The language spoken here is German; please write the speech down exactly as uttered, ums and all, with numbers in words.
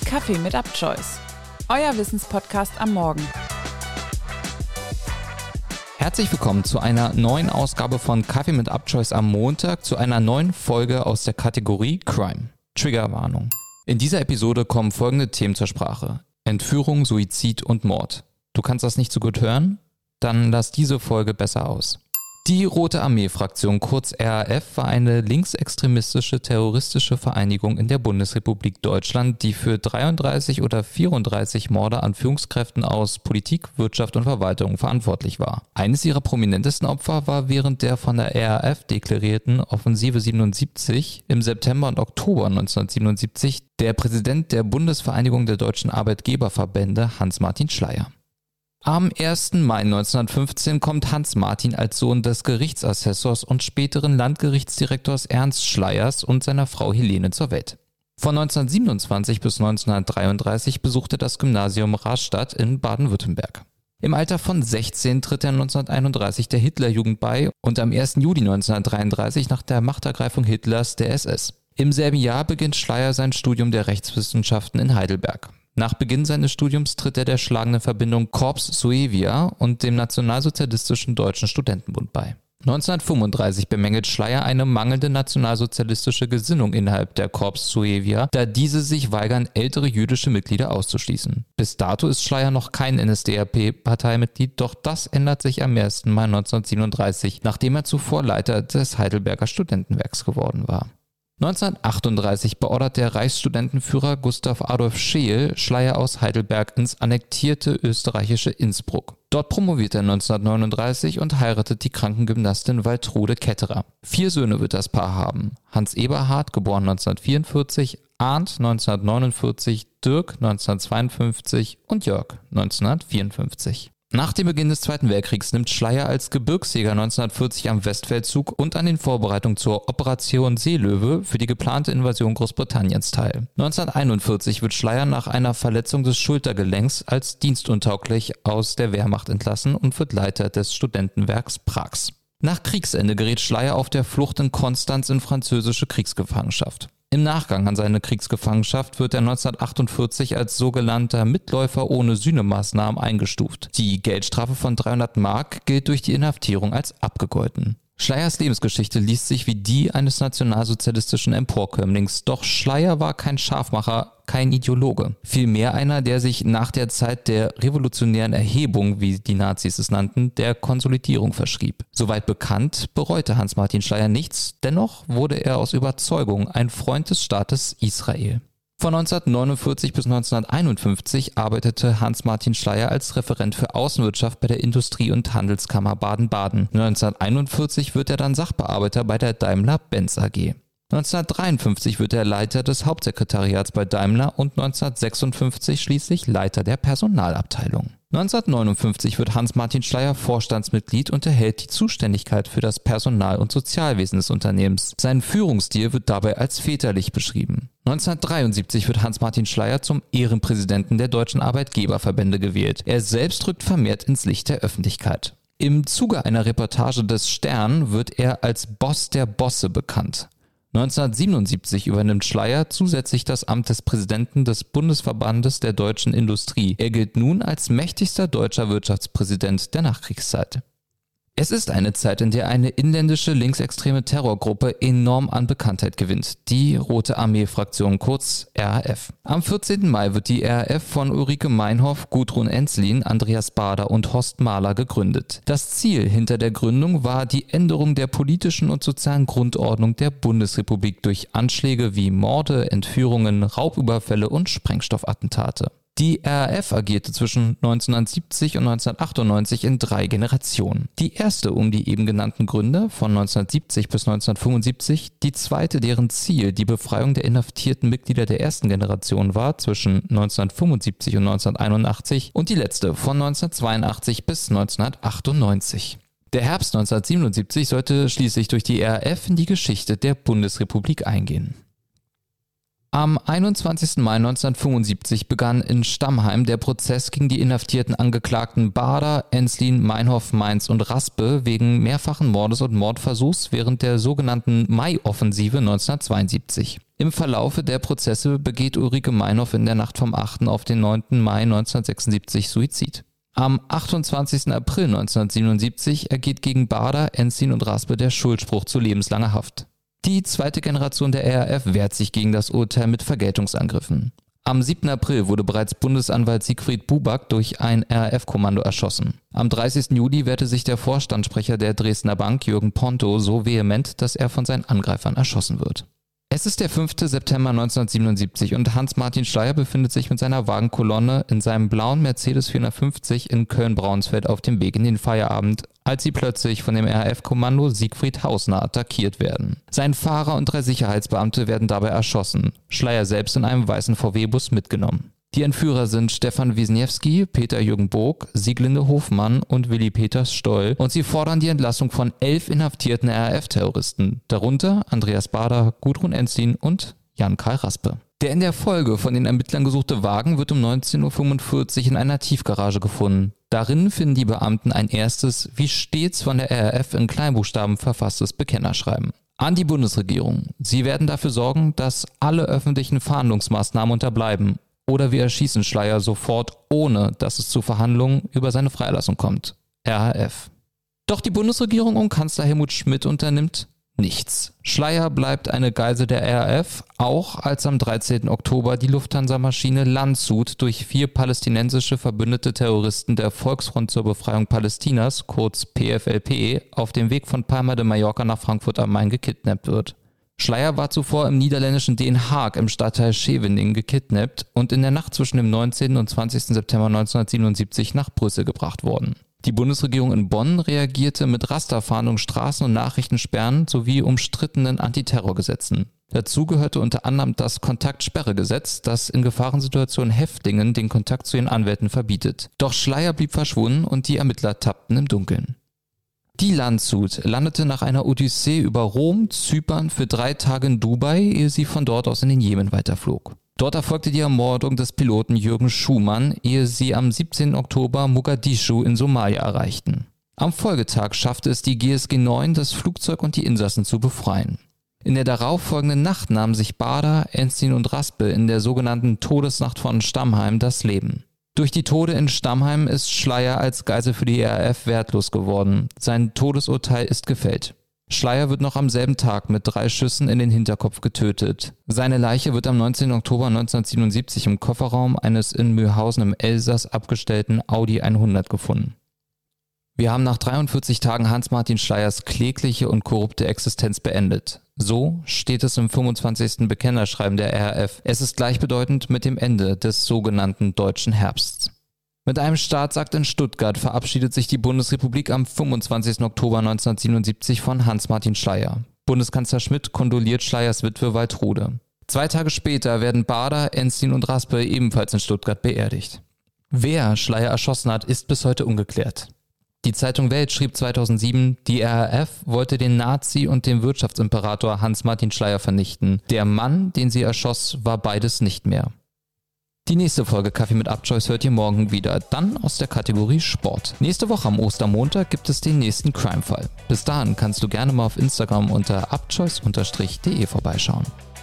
Kaffee mit UpChoice, euer Wissenspodcast am Morgen. Herzlich willkommen zu einer neuen Ausgabe von Kaffee mit UpChoice am Montag, zu einer neuen Folge aus der Kategorie Crime. Triggerwarnung. In dieser Episode kommen folgende Themen zur Sprache: Entführung, Suizid und Mord. Du kannst das nicht so gut hören? Dann lass diese Folge besser aus. Die Rote Armee-Fraktion, kurz R A F, war eine linksextremistische terroristische Vereinigung in der Bundesrepublik Deutschland, die für dreiunddreißig oder vierunddreißig Morde an Führungskräften aus Politik, Wirtschaft und Verwaltung verantwortlich war. Eines ihrer prominentesten Opfer war während der von der R A F deklarierten Offensive siebenundsiebzig im September und Oktober neunzehnhundertsiebenundsiebzig der Präsident der Bundesvereinigung der deutschen Arbeitgeberverbände, Hans-Martin Schleyer. Am ersten Mai neunzehnhundertfünfzehn kommt Hans Martin als Sohn des Gerichtsassessors und späteren Landgerichtsdirektors Ernst Schleyers und seiner Frau Helene zur Welt. Von neunzehnhundertsiebenundzwanzig bis neunzehnhundertdreiunddreißig besuchte das Gymnasium Rastatt in Baden-Württemberg. Im Alter von sechzehn tritt er neunzehnhunderteinunddreißig der Hitlerjugend bei und am ersten Juli neunzehnhundertdreiunddreißig nach der Machtergreifung Hitlers der S S. Im selben Jahr beginnt Schleyer sein Studium der Rechtswissenschaften in Heidelberg. Nach Beginn seines Studiums tritt er der schlagenden Verbindung Corps Suevia und dem Nationalsozialistischen Deutschen Studentenbund bei. neunzehnhundertfünfunddreißig bemängelt Schleyer eine mangelnde nationalsozialistische Gesinnung innerhalb der Corps Suevia, da diese sich weigern, ältere jüdische Mitglieder auszuschließen. Bis dato ist Schleyer noch kein N S D A P-Parteimitglied, doch das ändert sich am ersten Mai neunzehnhundertsiebenunddreißig, nachdem er zuvor Leiter des Heidelberger Studentenwerks geworden war. neunzehnhundertachtunddreißig beordert der Reichsstudentenführer Gustav Adolf Scheel Schleyer aus Heidelberg ins annektierte österreichische Innsbruck. Dort promoviert er neunzehnhundertneununddreißig und heiratet die Krankengymnastin Waltrude Ketterer. Vier Söhne wird das Paar haben: Hans Eberhard, geboren neunzehnhundertvierundvierzig, Arndt neunzehnhundertneunundvierzig, Dirk neunzehnhundertzweiundfünfzig und Jörg neunzehnhundertvierundfünfzig. Nach dem Beginn des Zweiten Weltkriegs nimmt Schleyer als Gebirgsjäger neunzehnhundertvierzig am Westfeldzug und an den Vorbereitungen zur Operation Seelöwe für die geplante Invasion Großbritanniens teil. neunzehnhunderteinundvierzig wird Schleyer nach einer Verletzung des Schultergelenks als dienstuntauglich aus der Wehrmacht entlassen und wird Leiter des Studentenwerks Prags. Nach Kriegsende gerät Schleyer auf der Flucht in Konstanz in französische Kriegsgefangenschaft. Im Nachgang an seine Kriegsgefangenschaft wird er neunzehnhundertachtundvierzig als sogenannter Mitläufer ohne Sühnemaßnahmen eingestuft. Die Geldstrafe von dreihundert Mark gilt durch die Inhaftierung als abgegolten. Schleyers Lebensgeschichte liest sich wie die eines nationalsozialistischen Emporkömmlings, doch Schleyer war kein Scharfmacher, kein Ideologe. Vielmehr einer, der sich nach der Zeit der revolutionären Erhebung, wie die Nazis es nannten, der Konsolidierung verschrieb. Soweit bekannt, bereute Hans-Martin Schleyer nichts, dennoch wurde er aus Überzeugung ein Freund des Staates Israel. Von neunzehnhundertneunundvierzig bis neunzehnhunderteinundfünfzig arbeitete Hans-Martin Schleyer als Referent für Außenwirtschaft bei der Industrie- und Handelskammer Baden-Baden. neunzehnhunderteinundvierzig wird er dann Sachbearbeiter bei der Daimler-Benz A G. neunzehnhundertdreiundfünfzig wird er Leiter des Hauptsekretariats bei Daimler und neunzehnhundertsechsundfünfzig schließlich Leiter der Personalabteilung. neunzehnhundertneunundfünfzig wird Hans-Martin Schleyer Vorstandsmitglied und erhält die Zuständigkeit für das Personal- und Sozialwesen des Unternehmens. Sein Führungsstil wird dabei als väterlich beschrieben. neunzehnhundertdreiundsiebzig wird Hans-Martin Schleyer zum Ehrenpräsidenten der deutschen Arbeitgeberverbände gewählt. Er selbst rückt vermehrt ins Licht der Öffentlichkeit. Im Zuge einer Reportage des Stern wird er als Boss der Bosse bekannt. neunzehnhundertsiebenundsiebzig übernimmt Schleyer zusätzlich das Amt des Präsidenten des Bundesverbandes der deutschen Industrie. Er gilt nun als mächtigster deutscher Wirtschaftspräsident der Nachkriegszeit. Es ist eine Zeit, in der eine inländische linksextreme Terrorgruppe enorm an Bekanntheit gewinnt, die Rote Armee-Fraktion, kurz R A F. Am vierzehnten Mai wird die R A F von Ulrike Meinhof, Gudrun Ensslin, Andreas Baader und Horst Mahler gegründet. Das Ziel hinter der Gründung war die Änderung der politischen und sozialen Grundordnung der Bundesrepublik durch Anschläge wie Morde, Entführungen, Raubüberfälle und Sprengstoffattentate. Die R A F agierte zwischen neunzehnhundertsiebzig und neunzehnhundertachtundneunzig in drei Generationen. Die erste um die eben genannten Gründer von neunzehnhundertsiebzig bis neunzehnhundertfünfundsiebzig, die zweite, deren Ziel die Befreiung der inhaftierten Mitglieder der ersten Generation war, zwischen neunzehnhundertfünfundsiebzig und neunzehnhunderteinundachtzig, und die letzte von neunzehnhundertzweiundachtzig bis neunzehnhundertachtundneunzig. Der Herbst neunzehnhundertsiebenundsiebzig sollte schließlich durch die R A F in die Geschichte der Bundesrepublik eingehen. Am einundzwanzigsten Mai neunzehnhundertfünfundsiebzig begann in Stammheim der Prozess gegen die inhaftierten Angeklagten Bader, Enslin, Meinhof, Mainz und Raspe wegen mehrfachen Mordes und Mordversuchs während der sogenannten Mai-Offensive neunzehnhundertzweiundsiebzig. Im Verlaufe der Prozesse begeht Ulrike Meinhof in der Nacht vom achten auf den neunten Mai neunzehnhundertsechsundsiebzig Suizid. Am achtundzwanzigsten April neunzehnhundertsiebenundsiebzig ergeht gegen Bader, Enslin und Raspe der Schuldspruch zu lebenslanger Haft. Die zweite Generation der R A F wehrt sich gegen das Urteil mit Vergeltungsangriffen. Am siebten April wurde bereits Bundesanwalt Siegfried Buback durch ein R A F-Kommando erschossen. Am dreißigsten Juli wehrte sich der Vorstandssprecher der Dresdner Bank, Jürgen Ponto, so vehement, dass er von seinen Angreifern erschossen wird. Es ist der fünfte September neunzehnhundertsiebenundsiebzig und Hans-Martin Schleyer befindet sich mit seiner Wagenkolonne in seinem blauen Mercedes vierhundertfünfzig in Köln-Braunsfeld auf dem Weg in den Feierabend, als sie plötzlich von dem R A F-Kommando Siegfried Hausner attackiert werden. Sein Fahrer und drei Sicherheitsbeamte werden dabei erschossen, Schleyer selbst in einem weißen V W-Bus mitgenommen. Die Entführer sind Stefan Wisniewski, Peter-Jürgen Burg, Sieglinde Hofmann und Willi Peters Stoll und sie fordern die Entlassung von elf inhaftierten R A F-Terroristen, darunter Andreas Bader, Gudrun Enslin und Jan-Karl Raspe. Der in der Folge von den Ermittlern gesuchte Wagen wird um neunzehn Uhr fünfundvierzig in einer Tiefgarage gefunden. Darin finden die Beamten ein erstes, wie stets von der R A F in Kleinbuchstaben verfasstes Bekennerschreiben. An die Bundesregierung. Sie werden dafür sorgen, dass alle öffentlichen Fahndungsmaßnahmen unterbleiben. Oder wir erschießen Schleyer sofort, ohne dass es zu Verhandlungen über seine Freilassung kommt. R A F. Doch die Bundesregierung um Kanzler Helmut Schmidt unternimmt nichts. Schleyer bleibt eine Geisel der R A F, auch als am dreizehnten Oktober die Lufthansa-Maschine Landshut durch vier palästinensische verbündete Terroristen der Volksfront zur Befreiung Palästinas, kurz P F L P, auf dem Weg von Palma de Mallorca nach Frankfurt am Main gekidnappt wird. Schleyer war zuvor im niederländischen Den Haag im Stadtteil Scheveningen gekidnappt und in der Nacht zwischen dem neunzehnten und zwanzigsten September neunzehnhundertsiebenundsiebzig nach Brüssel gebracht worden. Die Bundesregierung in Bonn reagierte mit Rasterfahndung, Straßen- und Nachrichtensperren sowie umstrittenen Antiterrorgesetzen. Dazu gehörte unter anderem das Kontaktsperregesetz, das in Gefahrensituationen Häftlingen den Kontakt zu ihren Anwälten verbietet. Doch Schleyer blieb verschwunden und die Ermittler tappten im Dunkeln. Die Landshut landete nach einer Odyssee über Rom, Zypern für drei Tage in Dubai, ehe sie von dort aus in den Jemen weiterflog. Dort erfolgte die Ermordung des Piloten Jürgen Schumann, ehe sie am siebzehnten Oktober Mogadischu in Somalia erreichten. Am Folgetag schaffte es die G S G neun, das Flugzeug und die Insassen zu befreien. In der darauffolgenden Nacht nahmen sich Bader, Enslin und Raspe in der sogenannten Todesnacht von Stammheim das Leben. Durch die Tode in Stammheim ist Schleyer als Geisel für die R A F wertlos geworden. Sein Todesurteil ist gefällt. Schleyer wird noch am selben Tag mit drei Schüssen in den Hinterkopf getötet. Seine Leiche wird am neunzehnten Oktober neunzehnhundertsiebenundsiebzig im Kofferraum eines in Mühlhausen im Elsass abgestellten Audi hundert gefunden. Wir haben nach dreiundvierzig Tagen Hans-Martin Schleyers klägliche und korrupte Existenz beendet. So steht es im fünfundzwanzigsten Bekennerschreiben der R A F. Es ist gleichbedeutend mit dem Ende des sogenannten Deutschen Herbsts. Mit einem Staatsakt in Stuttgart verabschiedet sich die Bundesrepublik am fünfundzwanzigsten Oktober neunzehnhundertsiebenundsiebzig von Hans-Martin Schleyer. Bundeskanzler Schmidt kondoliert Schleyers Witwe Waltrude. Zwei Tage später werden Bader, Enslin und Raspe ebenfalls in Stuttgart beerdigt. Wer Schleyer erschossen hat, ist bis heute ungeklärt. Die Zeitung Welt schrieb zweitausendsieben, die R A F wollte den Nazi und den Wirtschaftsimperator Hans-Martin Schleyer vernichten. Der Mann, den sie erschoss, war beides nicht mehr. Die nächste Folge Kaffee mit Upchoice hört ihr morgen wieder, dann aus der Kategorie Sport. Nächste Woche am Ostermontag gibt es den nächsten Crime-Fall. Bis dahin kannst du gerne mal auf Instagram unter upchoice Bindestrich de vorbeischauen.